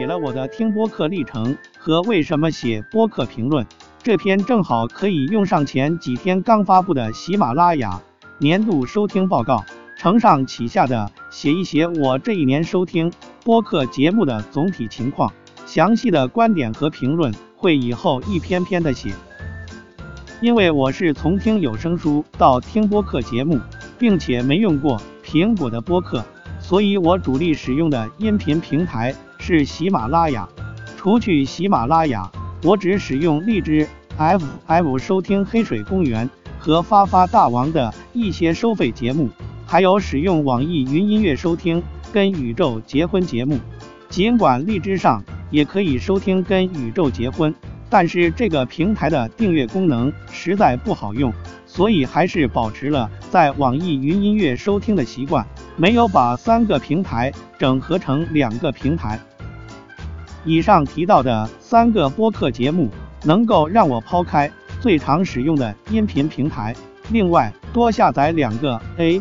写了我的听播客历程和为什么写播客评论，这篇正好可以用上前几天刚发布的喜马拉雅年度收听报告，承上启下的写一写我这一年收听播客节目的总体情况，详细的观点和评论会以后一篇篇的写。因为我是从听有声书到听播客节目，并且没用过苹果的播客，所以我主力使用的音频平台是喜马拉雅。除去喜马拉雅，我只使用荔枝 FM 收听黑水公园和发发大王的一些收费节目，还有使用网易云音乐收听跟宇宙结婚节目。尽管荔枝上也可以收听跟宇宙结婚，但是这个平台的订阅功能实在不好用，所以还是保持了在网易云音乐收听的习惯，没有把3个平台整合成2个平台。以上提到的3个播客节目能够让我抛开最常使用的音频平台，另外多下载2个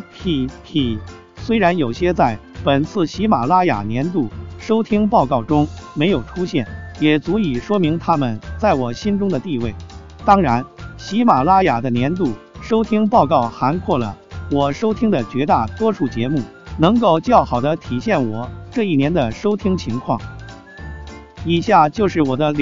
APP， 虽然有些在本次喜马拉雅年度收听报告中没有出现，也足以说明他们在我心中的地位。当然，喜马拉雅的年度收听报告涵括了我收听的绝大多数节目，能够较好地体现我这一年的收听情况。以下就是我的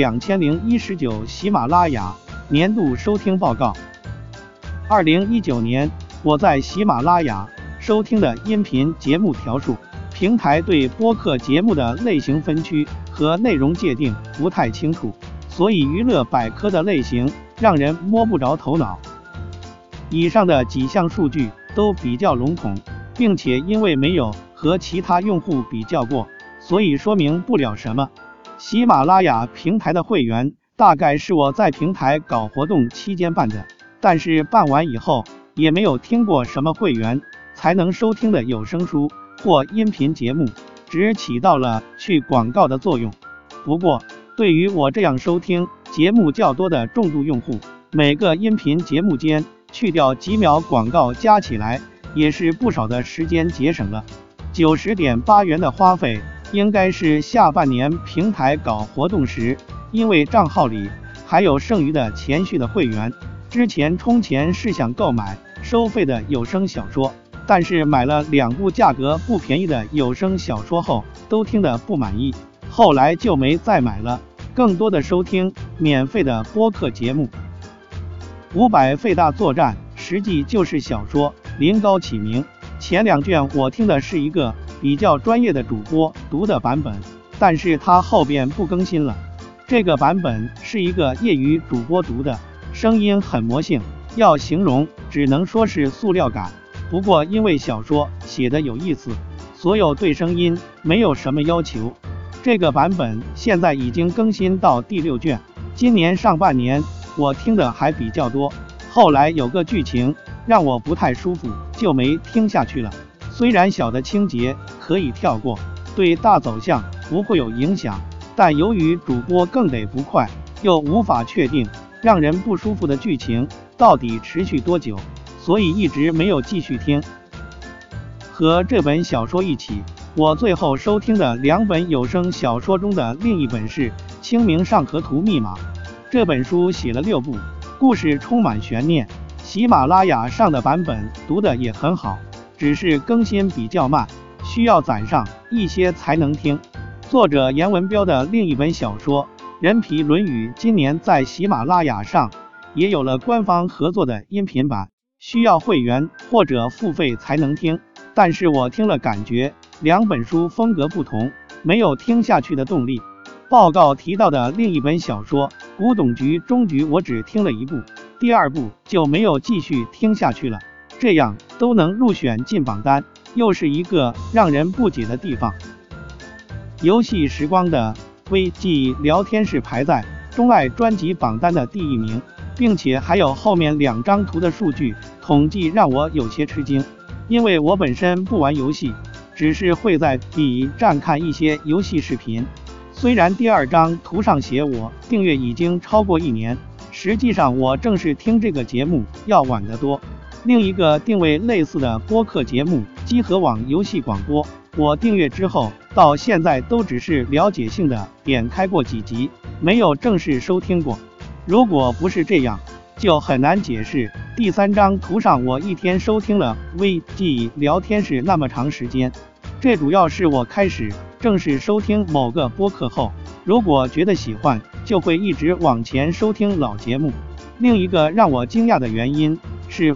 2019喜马拉雅年度收听报告。2019年，我在喜马拉雅收听的音频节目条数，平台对播客节目的类型分区和内容界定不太清楚，所以娱乐百科的类型让人摸不着头脑。以上的几项数据都比较笼统，并且因为没有和其他用户比较过，所以说明不了什么。喜马拉雅平台的会员大概是我在平台搞活动期间办的，但是办完以后也没有听过什么会员才能收听的有声书或音频节目，只起到了去广告的作用。不过对于我这样收听节目较多的重度用户，每个音频节目间去掉几秒广告加起来也是不少的时间节省了。90.8元的花费应该是下半年平台搞活动时，因为账号里还有剩余的前续的会员，之前充钱是想购买收费的有声小说，但是买了2部价格不便宜的有声小说后都听得不满意，后来就没再买了，更多的收听免费的播客节目。500费大作战实际就是小说临高启明，前2卷我听的是一个比较专业的主播读的版本，但是他后边不更新了。这个版本是一个业余主播读的，声音很魔性，要形容只能说是塑料感。不过因为小说写的有意思，所有对声音没有什么要求。这个版本现在已经更新到第6卷，今年上半年我听的还比较多，后来有个剧情让我不太舒服，就没听下去了。虽然小的情节可以跳过，对大走向不会有影响，但由于主播更得不快，又无法确定让人不舒服的剧情到底持续多久，所以一直没有继续听。和这本小说一起，我最后收听的2本有声小说中的另一本是《清明上河图密码》。这本书写了6部，故事充满悬念，喜马拉雅上的版本读的也很好，只是更新比较慢，需要攒上一些才能听。作者严文彪的另一本小说《人皮论语》今年在喜马拉雅上也有了官方合作的音频版，需要会员或者付费才能听，但是我听了感觉2本书风格不同，没有听下去的动力。报告提到的另一本小说《古董局终局》我只听了1部，第2部就没有继续听下去了，这样都能入选进榜单，又是一个让人不解的地方。游戏时光的 VG 聊天室排在钟爱专辑榜单的第1名，并且还有后面2张图的数据统计让我有些吃惊，因为我本身不玩游戏，只是会在 B 站看一些游戏视频。虽然第2张图上写我订阅已经超过1年，实际上我正式听这个节目要晚得多。另一个定位类似的播客节目机核网游戏广播，我订阅之后到现在都只是了解性的点开过几集，没有正式收听过。如果不是这样，就很难解释第3张图上我一天收听了 VG 聊天室那么长时间。这主要是我开始正式收听某个播客后，如果觉得喜欢，就会一直往前收听老节目。另一个让我惊讶的原因是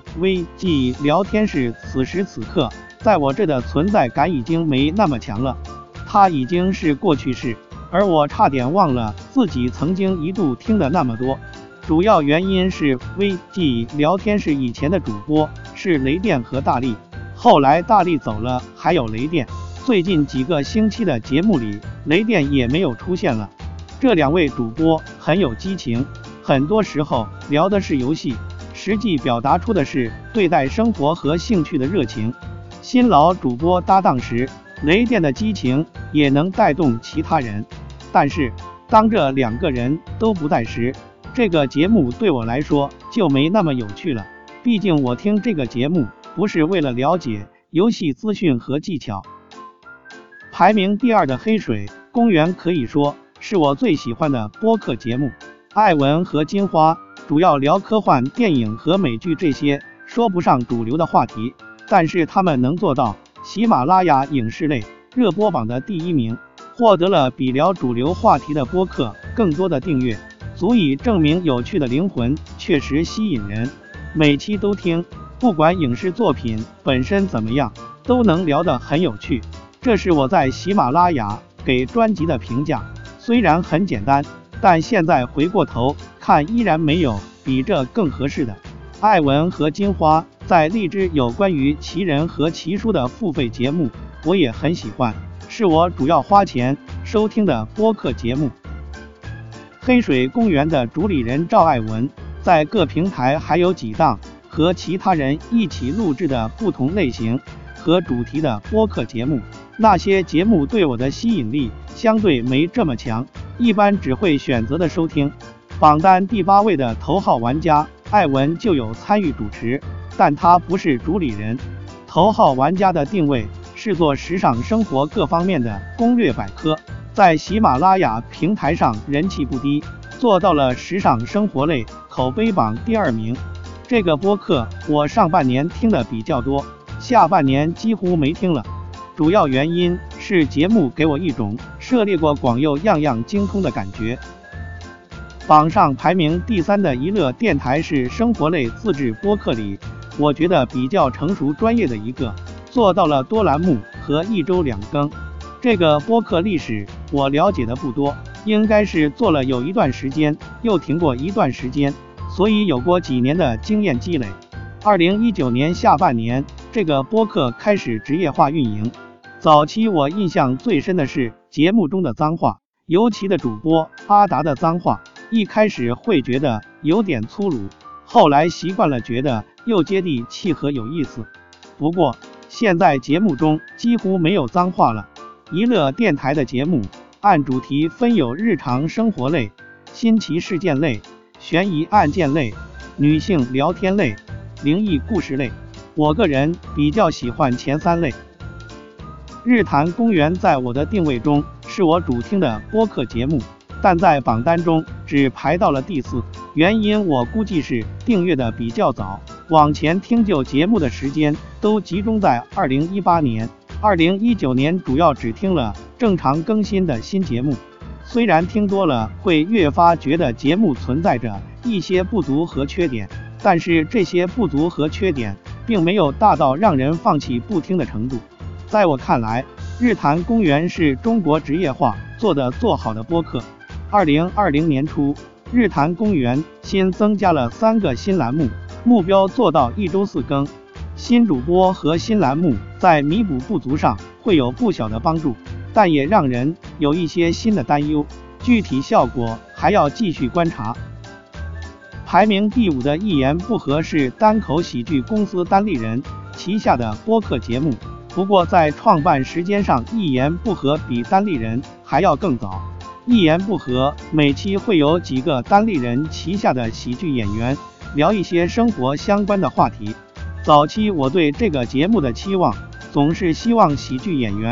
VG 聊天室此时此刻在我这的存在感已经没那么强了，它已经是过去式，而我差点忘了自己曾经一度听的那么多。主要原因是 VG 聊天室以前的主播是雷电和大力，后来大力走了，还有雷电。最近几个星期的节目里，雷电也没有出现了。这2位主播很有激情，很多时候聊的是游戏，实际表达出的是对待生活和兴趣的热情。新老主播搭档时，雷电的激情也能带动其他人，但是当这2个人都不在时，这个节目对我来说就没那么有趣了。毕竟我听这个节目不是为了了解游戏资讯和技巧。排名第2的黑水公园可以说是我最喜欢的播客节目。艾文和金花主要聊科幻电影和美剧这些说不上主流的话题，但是他们能做到喜马拉雅影视类热播榜的第1名，获得了比聊主流话题的播客更多的订阅，足以证明有趣的灵魂确实吸引人。每期都听，不管影视作品本身怎么样，都能聊得很有趣。这是我在喜马拉雅给专辑的评价，虽然很简单，但现在回过头看依然没有比这更合适的。艾文和金花在荔枝有关于奇人和奇书的付费节目，我也很喜欢，是我主要花钱收听的播客节目。黑水公园的主理人赵艾文在各平台还有几档和其他人一起录制的不同类型和主题的播客节目，那些节目对我的吸引力相对没这么强，一般只会选择的收听。榜单第8位的头号玩家艾文就有参与主持，但他不是主理人。头号玩家的定位是做时尚生活各方面的攻略百科，在喜马拉雅平台上人气不低，做到了时尚生活类口碑榜第2名。这个播客我上半年听的比较多，下半年几乎没听了，主要原因是节目给我一种涉猎过广又样样精通的感觉。榜上排名第3的娱乐电台是生活类自制播客里我觉得比较成熟专业的一个，做到了多栏目和1周2更。这个播客历史我了解的不多，应该是做了有一段时间，又停过一段时间，所以有过几年的经验积累。2019年下半年，这个播客开始职业化运营。早期我印象最深的是节目中的脏话，尤其的主播阿达的脏话，一开始会觉得有点粗鲁，后来习惯了，觉得又接地气和有意思。不过现在节目中几乎没有脏话了。娱乐电台的节目按主题分有日常生活类、新奇事件类、悬疑案件类、女性聊天类、灵异故事类。我个人比较喜欢前3类。日坛公园在我的定位中是我主听的播客节目，但在榜单中只排到了第4，原因我估计是订阅的比较早，往前听旧节目的时间都集中在2018年。2019年主要只听了正常更新的新节目，虽然听多了会越发觉得节目存在着一些不足和缺点，但是这些不足和缺点并没有大到让人放弃不听的程度。在我看来，日坛公园是中国职业化做好的播客。2020年初，日坛公园新增加了3个新栏目，目标做到1周4更。新主播和新栏目在弥补不足上会有不小的帮助，但也让人有一些新的担忧，具体效果还要继续观察。排名第5的一言不合是单口喜剧公司单立人旗下的播客节目，不过在创办时间上，一言不合比单立人还要更早。一言不合每期会有几个单立人旗下的喜剧演员聊一些生活相关的话题。早期我对这个节目的期望总是希望喜剧演员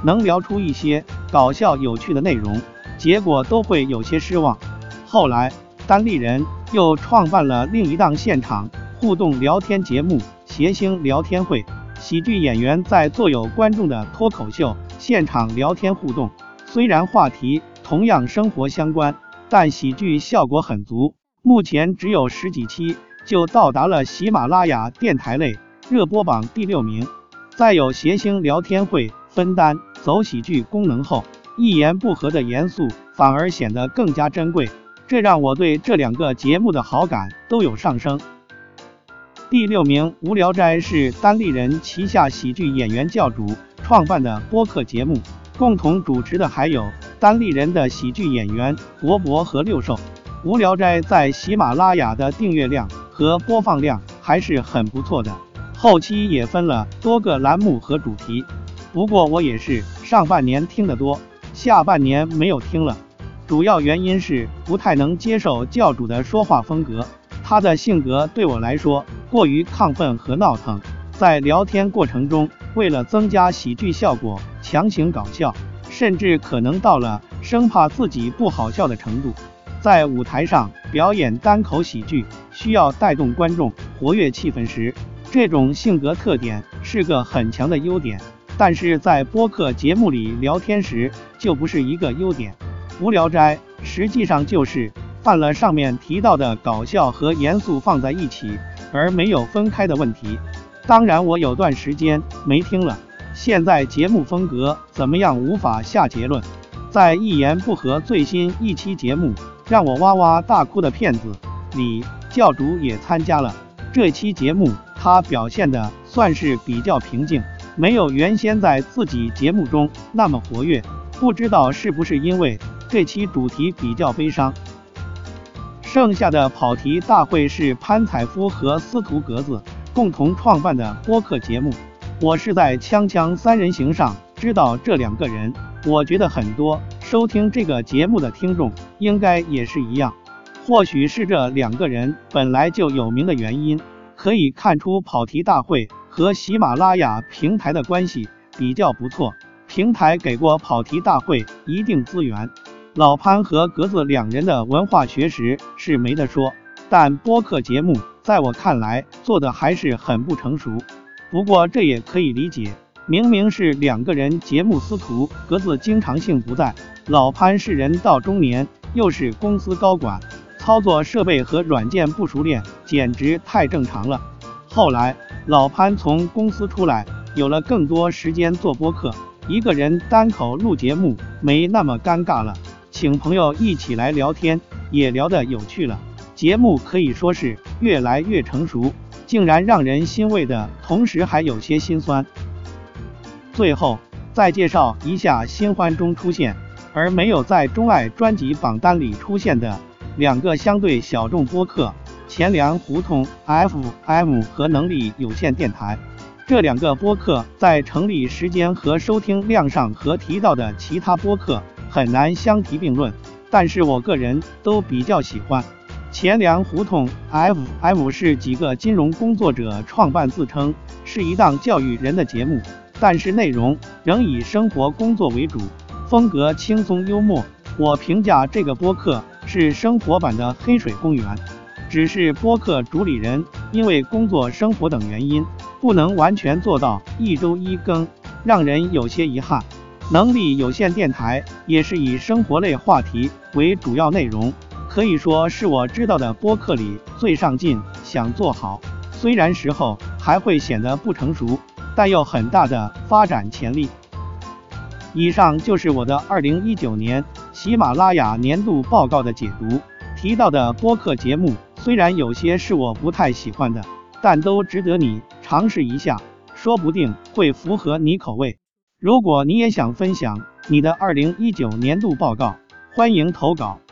能聊出一些搞笑有趣的内容，结果都会有些失望。后来，单立人又创办了另一档现场互动聊天节目谐星聊天会，喜剧演员在做有观众的脱口秀现场聊天互动，虽然话题同样生活相关，但喜剧效果很足。目前只有10几期就到达了喜马拉雅电台类热播榜第6名。再有谐星聊天会分担走喜剧功能后，一言不合的严肃反而显得更加珍贵，这让我对这2个节目的好感都有上升。第6名无聊斋是单立人旗下喜剧演员教主创办的播客节目，共同主持的还有单立人的喜剧演员博博和六兽。无聊斋在喜马拉雅的订阅量和播放量还是很不错的，后期也分了多个栏目和主题。不过我也是上半年听得多，下半年没有听了，主要原因是不太能接受教主的说话风格，他的性格对我来说过于亢奋和闹腾，在聊天过程中为了增加喜剧效果强行搞笑，甚至可能到了生怕自己不好笑的程度。在舞台上表演单口喜剧需要带动观众活跃气氛时，这种性格特点是个很强的优点，但是在播客节目里聊天时就不是一个优点。无聊斋实际上就是犯了上面提到的搞笑和严肃放在一起而没有分开的问题。当然我有段时间没听了，现在节目风格怎么样无法下结论。在一言不合最新一期节目让我哇哇大哭的片子里，教主也参加了。这期节目他表现的算是比较平静，没有原先在自己节目中那么活跃，不知道是不是因为这期主题比较悲伤。剩下的跑题大会是潘采夫和司徒格子共同创办的播客节目，我是在锵锵三人行上知道这2个人，我觉得很多收听这个节目的听众应该也是一样，或许是这2个人本来就有名的原因，可以看出跑题大会和喜马拉雅平台的关系比较不错，平台给过跑题大会一定资源。老潘和格子2人的文化学识是没得说，但播客节目在我看来做的还是很不成熟，不过这也可以理解，明明是2个人节目，司徒格子经常性不在，老潘是人到中年，又是公司高管，操作设备和软件不熟练，简直太正常了。后来老潘从公司出来，有了更多时间做播客，一个人单口录节目没那么尴尬了，请朋友一起来聊天也聊得有趣了，节目可以说是越来越成熟，竟然让人欣慰的同时还有些心酸。最后再介绍一下新欢中出现而没有在钟爱专辑榜单里出现的2个相对小众播客，钱粮胡同 FM 和能力有限电台。这2个播客在成立时间和收听量上和提到的其他播客很难相提并论，但是我个人都比较喜欢。钱粮胡同 FM 是几个金融工作者创办自称是一档教育人的节目，但是内容仍以生活工作为主，风格轻松幽默。我评价这个播客是生活版的黑水公园，只是播客主理人因为工作生活等原因不能完全做到1周1更，让人有些遗憾。能力有限电台也是以生活类话题为主要内容，可以说是我知道的播客里最上进，想做好，虽然时候还会显得不成熟，但有很大的发展潜力。以上就是我的2019年喜马拉雅年度报告的解读，提到的播客节目虽然有些是我不太喜欢的，但都值得你尝试一下，说不定会符合你口味。如果你也想分享你的2019年度报告，欢迎投稿。